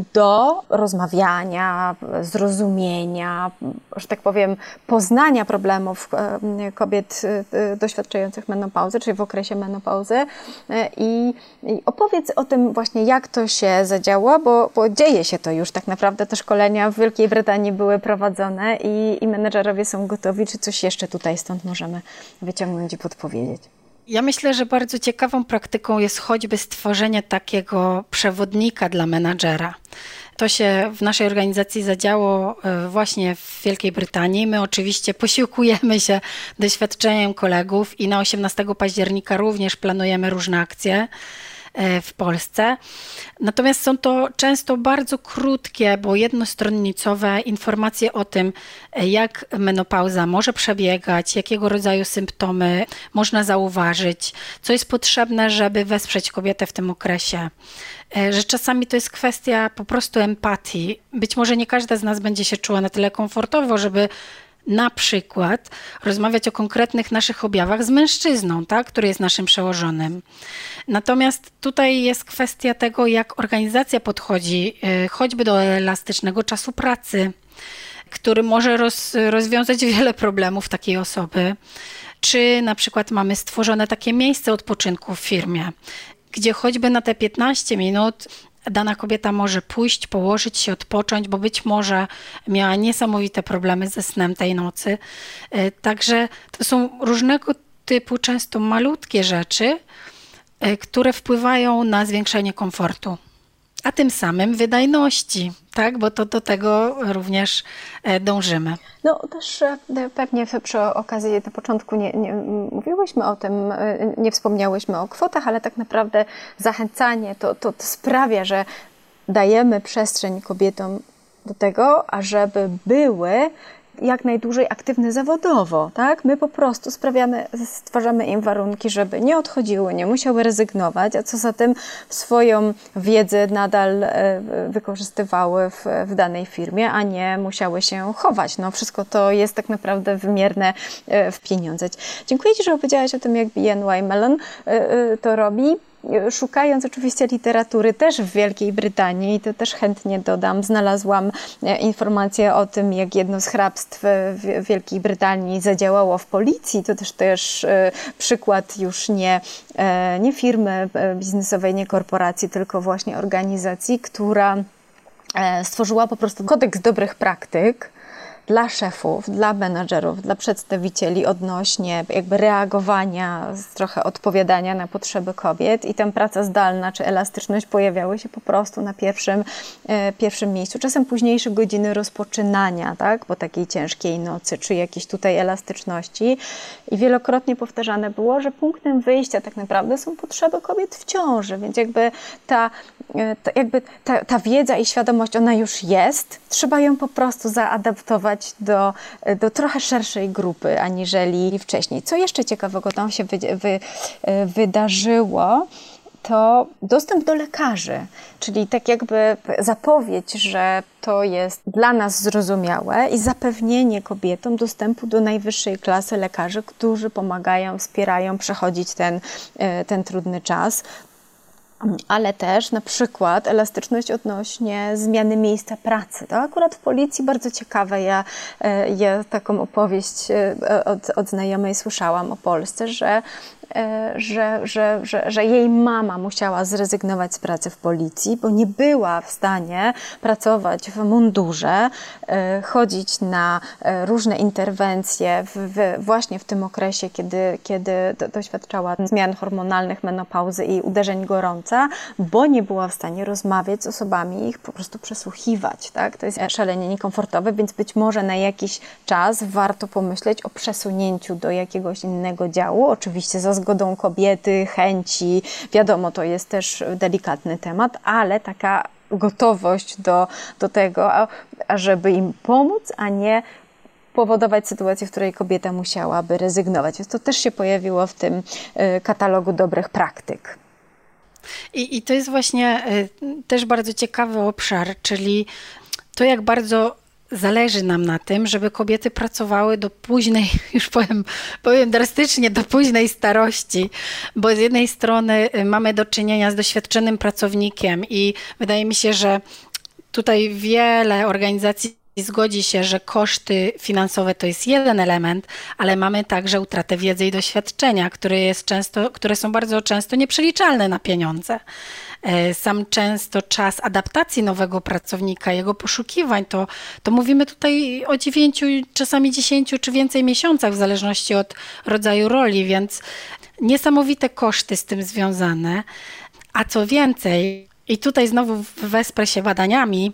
do rozmawiania, zrozumienia, że tak powiem, poznania problemów kobiet doświadczających menopauzy, czyli w okresie menopauzy. I, i opowiedz o tym właśnie, jak to się zadziało, bo, bo dzieje się to już tak naprawdę. Te szkolenia w Wielkiej Brytanii były prowadzone i, i menedżerowie są gotowi. Czy coś jeszcze tutaj stąd możemy wyciągnąć i podpowiedzieć? Ja myślę, że bardzo ciekawą praktyką jest choćby stworzenie takiego przewodnika dla menadżera. To się w naszej organizacji zadziało właśnie w Wielkiej Brytanii. My oczywiście posiłkujemy się doświadczeniem kolegów i na osiemnastego października również planujemy różne akcje w Polsce. Natomiast są to często bardzo krótkie, bo jednostronnicowe informacje o tym, jak menopauza może przebiegać, jakiego rodzaju symptomy można zauważyć, co jest potrzebne, żeby wesprzeć kobietę w tym okresie. Że czasami to jest kwestia po prostu empatii. Być może nie każda z nas będzie się czuła na tyle komfortowo, żeby na przykład rozmawiać o konkretnych naszych objawach z mężczyzną, tak, który jest naszym przełożonym. Natomiast tutaj jest kwestia tego, jak organizacja podchodzi choćby do elastycznego czasu pracy, który może roz, rozwiązać wiele problemów takiej osoby. Czy na przykład mamy stworzone takie miejsce odpoczynku w firmie, gdzie choćby na te piętnaście minut dana kobieta może pójść, położyć się, odpocząć, bo być może miała niesamowite problemy ze snem tej nocy. Także to są różnego typu, często malutkie rzeczy, które wpływają na zwiększenie komfortu, a tym samym wydajności, tak? Bo to do tego również dążymy. No też pewnie przy okazji na początku nie, nie mówiłyśmy o tym, nie wspomniałyśmy o kwotach, ale tak naprawdę zachęcanie to, to, to sprawia, że dajemy przestrzeń kobietom do tego, ażeby były jak najdłużej aktywne zawodowo, tak? My po prostu sprawiamy, stwarzamy im warunki, żeby nie odchodziły, nie musiały rezygnować, a co za tym swoją wiedzę nadal wykorzystywały w, w danej firmie, a nie musiały się chować. No wszystko to jest tak naprawdę wymierne w pieniądze. Dziękuję Ci, że opowiedziałaś o tym, jak B N Y Mellon to robi. Szukając oczywiście literatury też w Wielkiej Brytanii, to też chętnie dodam, znalazłam informację o tym, jak jedno z hrabstw w Wielkiej Brytanii zadziałało w policji. To też też przykład już nie, nie firmy biznesowej, nie korporacji, tylko właśnie organizacji, która stworzyła po prostu kodeks dobrych praktyk dla szefów, dla menadżerów, dla przedstawicieli odnośnie jakby reagowania, trochę odpowiadania na potrzeby kobiet i tam praca zdalna czy elastyczność pojawiały się po prostu na pierwszym, e, pierwszym miejscu. Czasem późniejsze godziny rozpoczynania, tak, po takiej ciężkiej nocy, czy jakiejś tutaj elastyczności i wielokrotnie powtarzane było, że punktem wyjścia tak naprawdę są potrzeby kobiet w ciąży, więc jakby ta, ta, jakby ta, ta wiedza i świadomość, ona już jest, trzeba ją po prostu zaadaptować Do, do trochę szerszej grupy, aniżeli wcześniej. Co jeszcze ciekawego tam się wy, wy, wydarzyło, to dostęp do lekarzy, czyli tak jakby zapowiedź, że to jest dla nas zrozumiałe i zapewnienie kobietom dostępu do najwyższej klasy lekarzy, którzy pomagają, wspierają przechodzić ten, ten trudny czas. Ale też na przykład elastyczność odnośnie zmiany miejsca pracy. To akurat w policji bardzo ciekawe. Ja, ja taką opowieść od, od znajomej słyszałam o Polsce, że Że, że, że, że jej mama musiała zrezygnować z pracy w policji, bo nie była w stanie pracować w mundurze, chodzić na różne interwencje w, w, właśnie w tym okresie, kiedy, kiedy doświadczała zmian hormonalnych, menopauzy i uderzeń gorąca, bo nie była w stanie rozmawiać z osobami i ich po prostu przesłuchiwać. Tak? To jest szalenie niekomfortowe, więc być może na jakiś czas warto pomyśleć o przesunięciu do jakiegoś innego działu, oczywiście za zgodą kobiety, chęci. Wiadomo, to jest też delikatny temat, ale taka gotowość do, do tego, ażeby im pomóc, a nie powodować sytuację, w której kobieta musiałaby rezygnować. Więc to też się pojawiło w tym katalogu dobrych praktyk. I, i to jest właśnie też bardzo ciekawy obszar, czyli to, jak bardzo zależy nam na tym, żeby kobiety pracowały do późnej, już powiem, powiem drastycznie, do późnej starości, bo z jednej strony mamy do czynienia z doświadczonym pracownikiem i wydaje mi się, że tutaj wiele organizacji zgodzi się, że koszty finansowe to jest jeden element, ale mamy także utratę wiedzy i doświadczenia, które, jest często, które są bardzo często nieprzeliczalne na pieniądze. Sam często czas adaptacji nowego pracownika, jego poszukiwań, to, to mówimy tutaj o dziewięciu, czasami dziesięciu czy więcej miesiącach, w zależności od rodzaju roli, więc niesamowite koszty z tym związane. A co więcej, i tutaj znowu wesprę się badaniami,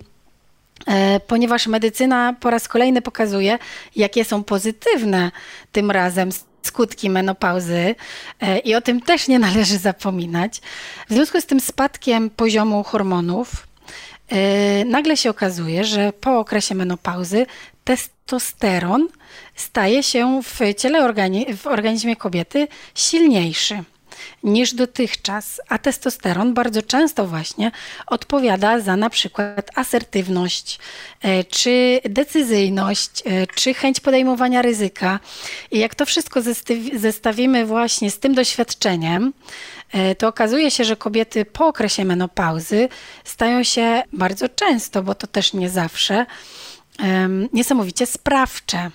ponieważ medycyna po raz kolejny pokazuje, jakie są pozytywne tym razem skutki menopauzy i o tym też nie należy zapominać. W związku z tym spadkiem poziomu hormonów nagle się okazuje, że po okresie menopauzy testosteron staje się w ciele, organi- w organizmie kobiety silniejszy niż dotychczas, a testosteron bardzo często właśnie odpowiada za na przykład asertywność, czy decyzyjność, czy chęć podejmowania ryzyka. I jak to wszystko zestawimy właśnie z tym doświadczeniem, to okazuje się, że kobiety po okresie menopauzy stają się bardzo często, bo to też nie zawsze, niesamowicie sprawcze.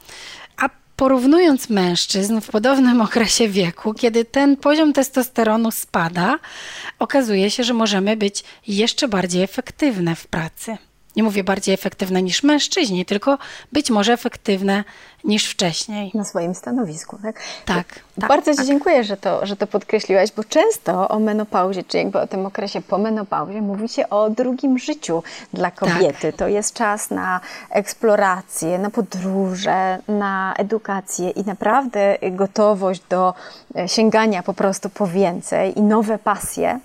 Porównując mężczyzn w podobnym okresie wieku, kiedy ten poziom testosteronu spada, okazuje się, że możemy być jeszcze bardziej efektywne w pracy. Nie mówię bardziej efektywne niż mężczyźni, tylko być może efektywne niż wcześniej. Na swoim stanowisku, tak? Tak. tak Bardzo Ci tak. dziękuję, że to, że to podkreśliłaś, bo często o menopauzie, czy jakby o tym okresie po menopauzie mówi się o drugim życiu dla kobiety. Tak. To jest czas na eksplorację, na podróże, na edukację i naprawdę gotowość do sięgania po prostu po więcej i nowe pasje.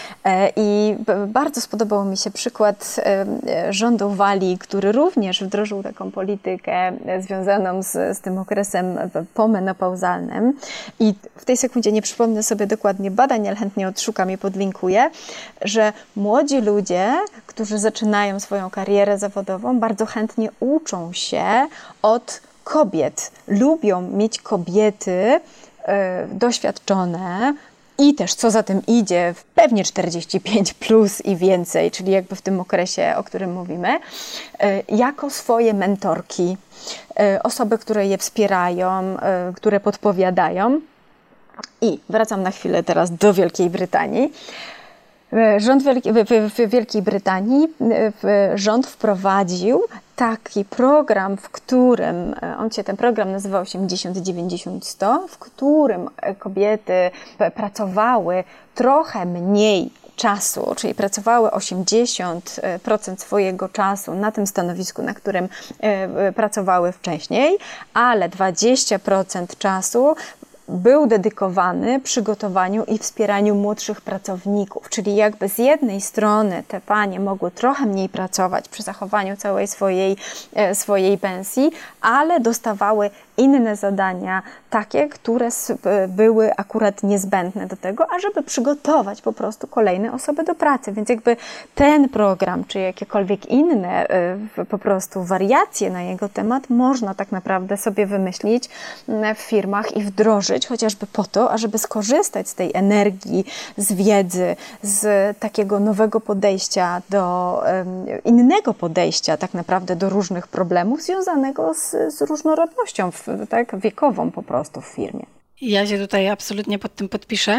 I bardzo spodobał mi się przykład rządu Walii, który również wdrożył taką politykę związaną z, z tym okresem pomenopauzalnym. I w tej sekundzie nie przypomnę sobie dokładnie badań, ale chętnie odszukam i podlinkuję, że młodzi ludzie, którzy zaczynają swoją karierę zawodową, bardzo chętnie uczą się od kobiet. Lubią mieć kobiety doświadczone, i też, co za tym idzie, pewnie czterdzieści pięć plus i więcej, czyli jakby w tym okresie, o którym mówimy, jako swoje mentorki, osoby, które je wspierają, które podpowiadają. I wracam na chwilę teraz do Wielkiej Brytanii. Rząd Wielki, w, w Wielkiej Brytanii rząd wprowadził taki program, w którym, on się, ten program nazywał osiemdziesiąt dziewięćdziesiąt sto, w którym kobiety pracowały trochę mniej czasu, czyli pracowały osiemdziesiąt procent swojego czasu na tym stanowisku, na którym pracowały wcześniej, ale dwadzieścia procent czasu był dedykowany przygotowaniu i wspieraniu młodszych pracowników, czyli jakby z jednej strony te panie mogły trochę mniej pracować przy zachowaniu całej swojej, swojej pensji, ale dostawały inne zadania, takie, które były akurat niezbędne do tego, ażeby przygotować po prostu kolejne osoby do pracy. Więc jakby ten program, czy jakiekolwiek inne po prostu wariacje na jego temat można tak naprawdę sobie wymyślić w firmach i wdrożyć, chociażby po to, ażeby skorzystać z tej energii, z wiedzy, z takiego nowego podejścia do innego podejścia tak naprawdę do różnych problemów związanego z, z różnorodnością, tak, wiekową po prostu w firmie. Ja się tutaj absolutnie pod tym podpiszę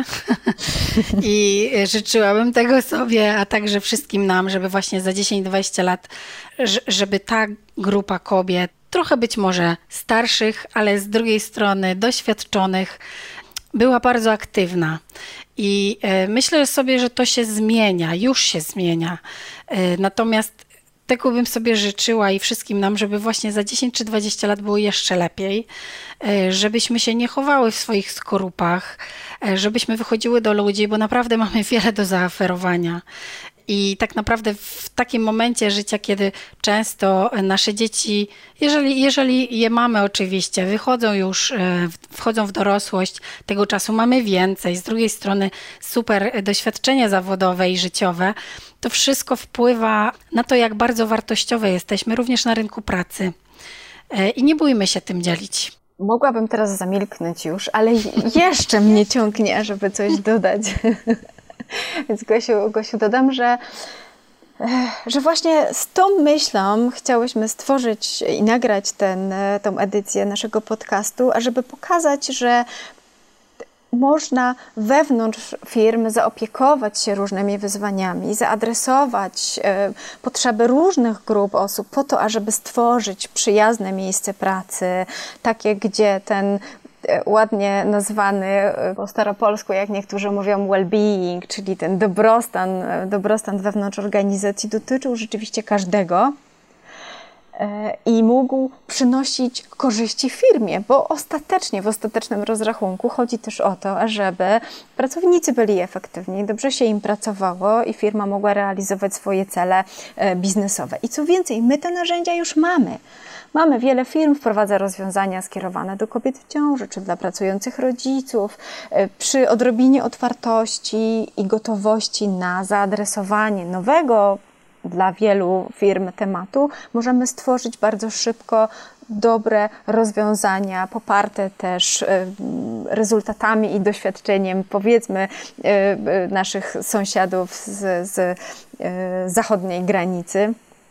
i życzyłabym tego sobie, a także wszystkim nam, żeby właśnie za dziesięć dwadzieścia lat, żeby ta grupa kobiet, trochę być może starszych, ale z drugiej strony doświadczonych, była bardzo aktywna. I myślę sobie, że to się zmienia, już się zmienia. Natomiast tego bym sobie życzyła i wszystkim nam, żeby właśnie za dziesięć czy dwadzieścia lat było jeszcze lepiej, żebyśmy się nie chowały w swoich skorupach, żebyśmy wychodziły do ludzi, bo naprawdę mamy wiele do zaoferowania. I tak naprawdę w takim momencie życia, kiedy często nasze dzieci, jeżeli, jeżeli je mamy oczywiście, wychodzą już, wchodzą w dorosłość, tego czasu mamy więcej, z drugiej strony super doświadczenie zawodowe i życiowe, to wszystko wpływa na to, jak bardzo wartościowe jesteśmy, również na rynku pracy. I nie bójmy się tym dzielić. Mogłabym teraz zamilknąć już, ale jeszcze mnie ciągnie, żeby coś dodać. Więc Gosiu, Gosiu, dodam, że, że właśnie z tą myślą chciałyśmy stworzyć i nagrać ten, tą edycję naszego podcastu, ażeby pokazać, że można wewnątrz firmy zaopiekować się różnymi wyzwaniami, zaadresować potrzeby różnych grup osób po to, ażeby stworzyć przyjazne miejsce pracy, takie, gdzie ten ładnie nazwany po staropolsku, jak niektórzy mówią, well-being, czyli ten dobrostan, dobrostan wewnątrz organizacji dotyczył rzeczywiście każdego i mógł przynosić korzyści firmie, bo ostatecznie, w ostatecznym rozrachunku chodzi też o to, ażeby pracownicy byli efektywni, dobrze się im pracowało i firma mogła realizować swoje cele biznesowe. I co więcej, my te narzędzia już mamy. Mamy wiele firm, wprowadza rozwiązania skierowane do kobiet w ciąży, czy dla pracujących rodziców. Przy odrobinie otwartości i gotowości na zaadresowanie nowego dla wielu firm tematu, możemy stworzyć bardzo szybko dobre rozwiązania, poparte też rezultatami i doświadczeniem, powiedzmy, naszych sąsiadów z, z zachodniej granicy.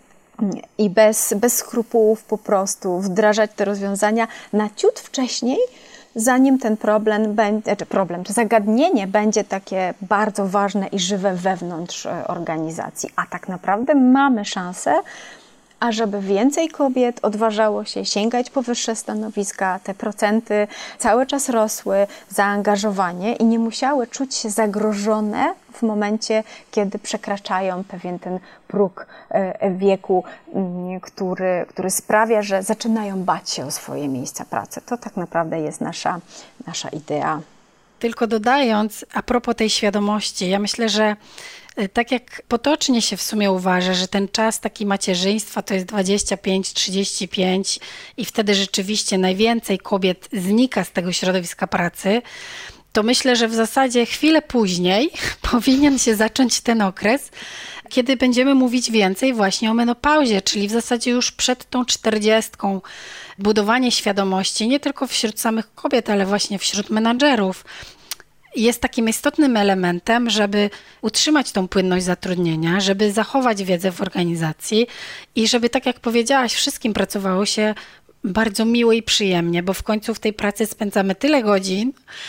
I bez, bez skrupułów po prostu wdrażać te rozwiązania na ciut wcześniej, zanim ten problem, będzie, czy problem, czy zagadnienie będzie takie bardzo ważne i żywe wewnątrz organizacji. A tak naprawdę mamy szansę, ażeby więcej kobiet odważało się sięgać po wyższe stanowiska, te procenty cały czas rosły, zaangażowanie i nie musiały czuć się zagrożone w momencie, kiedy przekraczają pewien ten próg wieku, który, który sprawia, że zaczynają bać się o swoje miejsca pracy. To tak naprawdę jest nasza, nasza idea. Tylko dodając, a propos tej świadomości, ja myślę, że tak jak potocznie się w sumie uważa, że ten czas taki macierzyństwa to jest dwadzieścia pięć trzydzieści pięć i wtedy rzeczywiście najwięcej kobiet znika z tego środowiska pracy, to myślę, że w zasadzie chwilę później powinien się zacząć ten okres, kiedy będziemy mówić więcej właśnie o menopauzie, czyli w zasadzie już przed tą czterdziestką. Budowanie świadomości nie tylko wśród samych kobiet, ale właśnie wśród menadżerów jest takim istotnym elementem, żeby utrzymać tą płynność zatrudnienia, żeby zachować wiedzę w organizacji i żeby, tak jak powiedziałaś, wszystkim pracowało się bardzo miło i przyjemnie, bo w końcu w tej pracy spędzamy tyle godzin,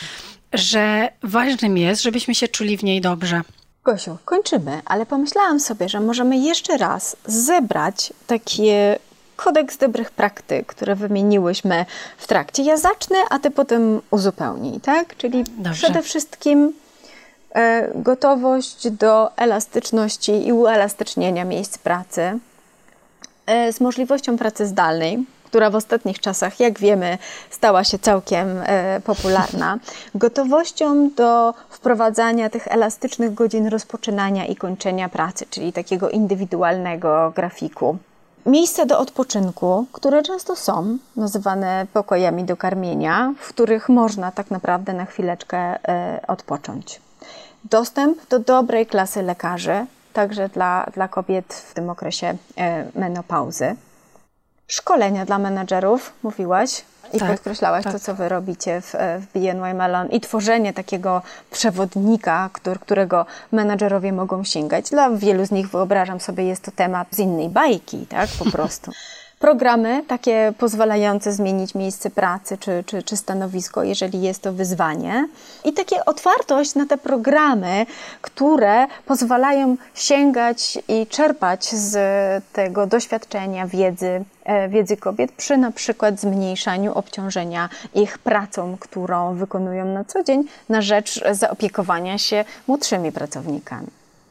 że ważnym jest, żebyśmy się czuli w niej dobrze. Gosiu, kończymy, ale pomyślałam sobie, że możemy jeszcze raz zebrać takie kodeks dobrych praktyk, które wymieniłyśmy w trakcie. Ja zacznę, a ty potem uzupełnij, tak? Czyli Dobrze. Przede wszystkim e, gotowość do elastyczności i uelastycznienia miejsc pracy e, z możliwością pracy zdalnej, która w ostatnich czasach, jak wiemy, stała się całkiem e, popularna. Gotowością do wprowadzania tych elastycznych godzin rozpoczynania i kończenia pracy, czyli takiego indywidualnego grafiku. miejsca do odpoczynku, które często są nazywane pokojami do karmienia, w których można tak naprawdę na chwileczkę odpocząć. Dostęp do dobrej klasy lekarzy, także dla, dla kobiet w tym okresie menopauzy. Szkolenia dla menadżerów, mówiłaś i tak, podkreślałaś tak. to, co wy robicie w, w B N Y Mellon i tworzenie takiego przewodnika, który, którego menadżerowie mogą sięgać. Dla wielu z nich, wyobrażam sobie, jest to temat z innej bajki, tak, po prostu. Programy takie pozwalające zmienić miejsce pracy czy, czy, czy stanowisko, jeżeli jest to wyzwanie. I takie otwartość na te programy, które pozwalają sięgać i czerpać z tego doświadczenia, wiedzy, wiedzy kobiet przy na przykład zmniejszaniu obciążenia ich pracą, którą wykonują na co dzień na rzecz zaopiekowania się młodszymi pracownikami.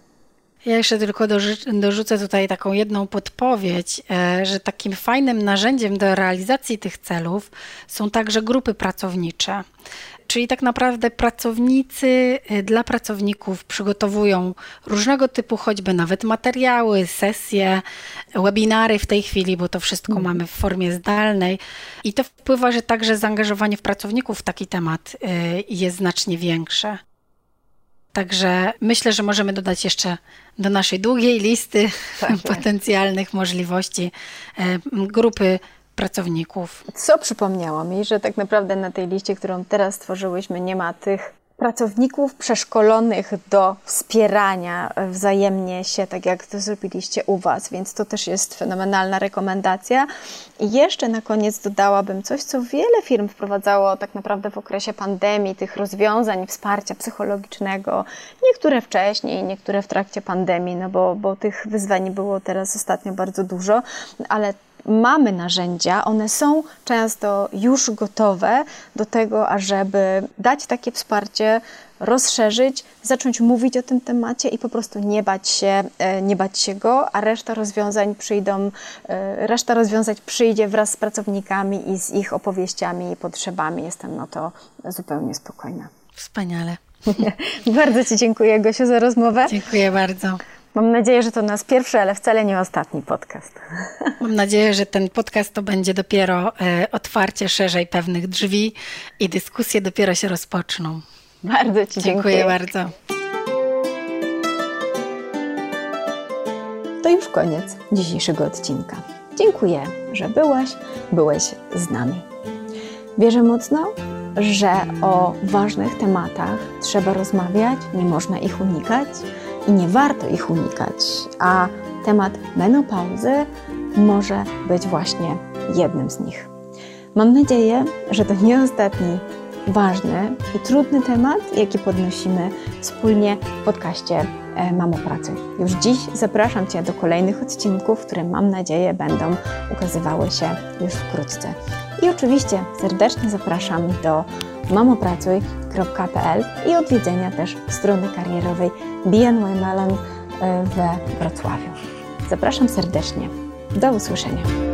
Ja jeszcze tylko dorzucę tutaj taką jedną podpowiedź, że takim fajnym narzędziem do realizacji tych celów są także grupy pracownicze. Czyli tak naprawdę pracownicy dla pracowników przygotowują różnego typu, choćby nawet materiały, sesje, webinary w tej chwili, bo to wszystko mm. mamy w formie zdalnej. I to wpływa, że także zaangażowanie w pracowników w taki temat jest znacznie większe. Także myślę, że możemy dodać jeszcze do naszej długiej listy tak potencjalnych możliwości grupy pracowników. Co przypomniało mi, że tak naprawdę na tej liście, którą teraz stworzyłyśmy, nie ma tych pracowników przeszkolonych do wspierania wzajemnie się, tak jak to zrobiliście u Was, więc to też jest fenomenalna rekomendacja. I jeszcze na koniec dodałabym coś, co wiele firm wprowadzało tak naprawdę w okresie pandemii, tych rozwiązań wsparcia psychologicznego, niektóre wcześniej, niektóre w trakcie pandemii, no bo, bo tych wyzwań było teraz ostatnio bardzo dużo, ale mamy narzędzia, one są często już gotowe do tego, ażeby dać takie wsparcie, rozszerzyć, zacząć mówić o tym temacie i po prostu nie bać się, nie bać się go, a reszta rozwiązań przyjdą, reszta rozwiązań przyjdzie wraz z pracownikami i z ich opowieściami i potrzebami. Jestem na to zupełnie spokojna. Wspaniale. Bardzo Ci dziękuję, Gosiu, za rozmowę. Dziękuję bardzo. Mam nadzieję, że to nasz pierwszy, ale wcale nie ostatni podcast. Mam nadzieję, że ten podcast to będzie dopiero e, otwarcie szerzej pewnych drzwi i dyskusje dopiero się rozpoczną. Bardzo Ci dziękuję. Dziękuję bardzo. To już koniec dzisiejszego odcinka. Dziękuję, że byłaś, byłeś z nami. Wierzę mocno, że o ważnych tematach trzeba rozmawiać, nie można ich unikać. I nie warto ich unikać, a temat menopauzy może być właśnie jednym z nich. Mam nadzieję, że to nie ostatni ważny i trudny temat, jaki podnosimy wspólnie w podcaście Mamo Pracuj. Już dziś zapraszam Cię do kolejnych odcinków, które mam nadzieję będą ukazywały się już wkrótce. I oczywiście serdecznie zapraszam do mamopracuj kropka p l i odwiedzenia też strony karierowej B N Y Mellon we Wrocławiu. Zapraszam serdecznie. Do usłyszenia.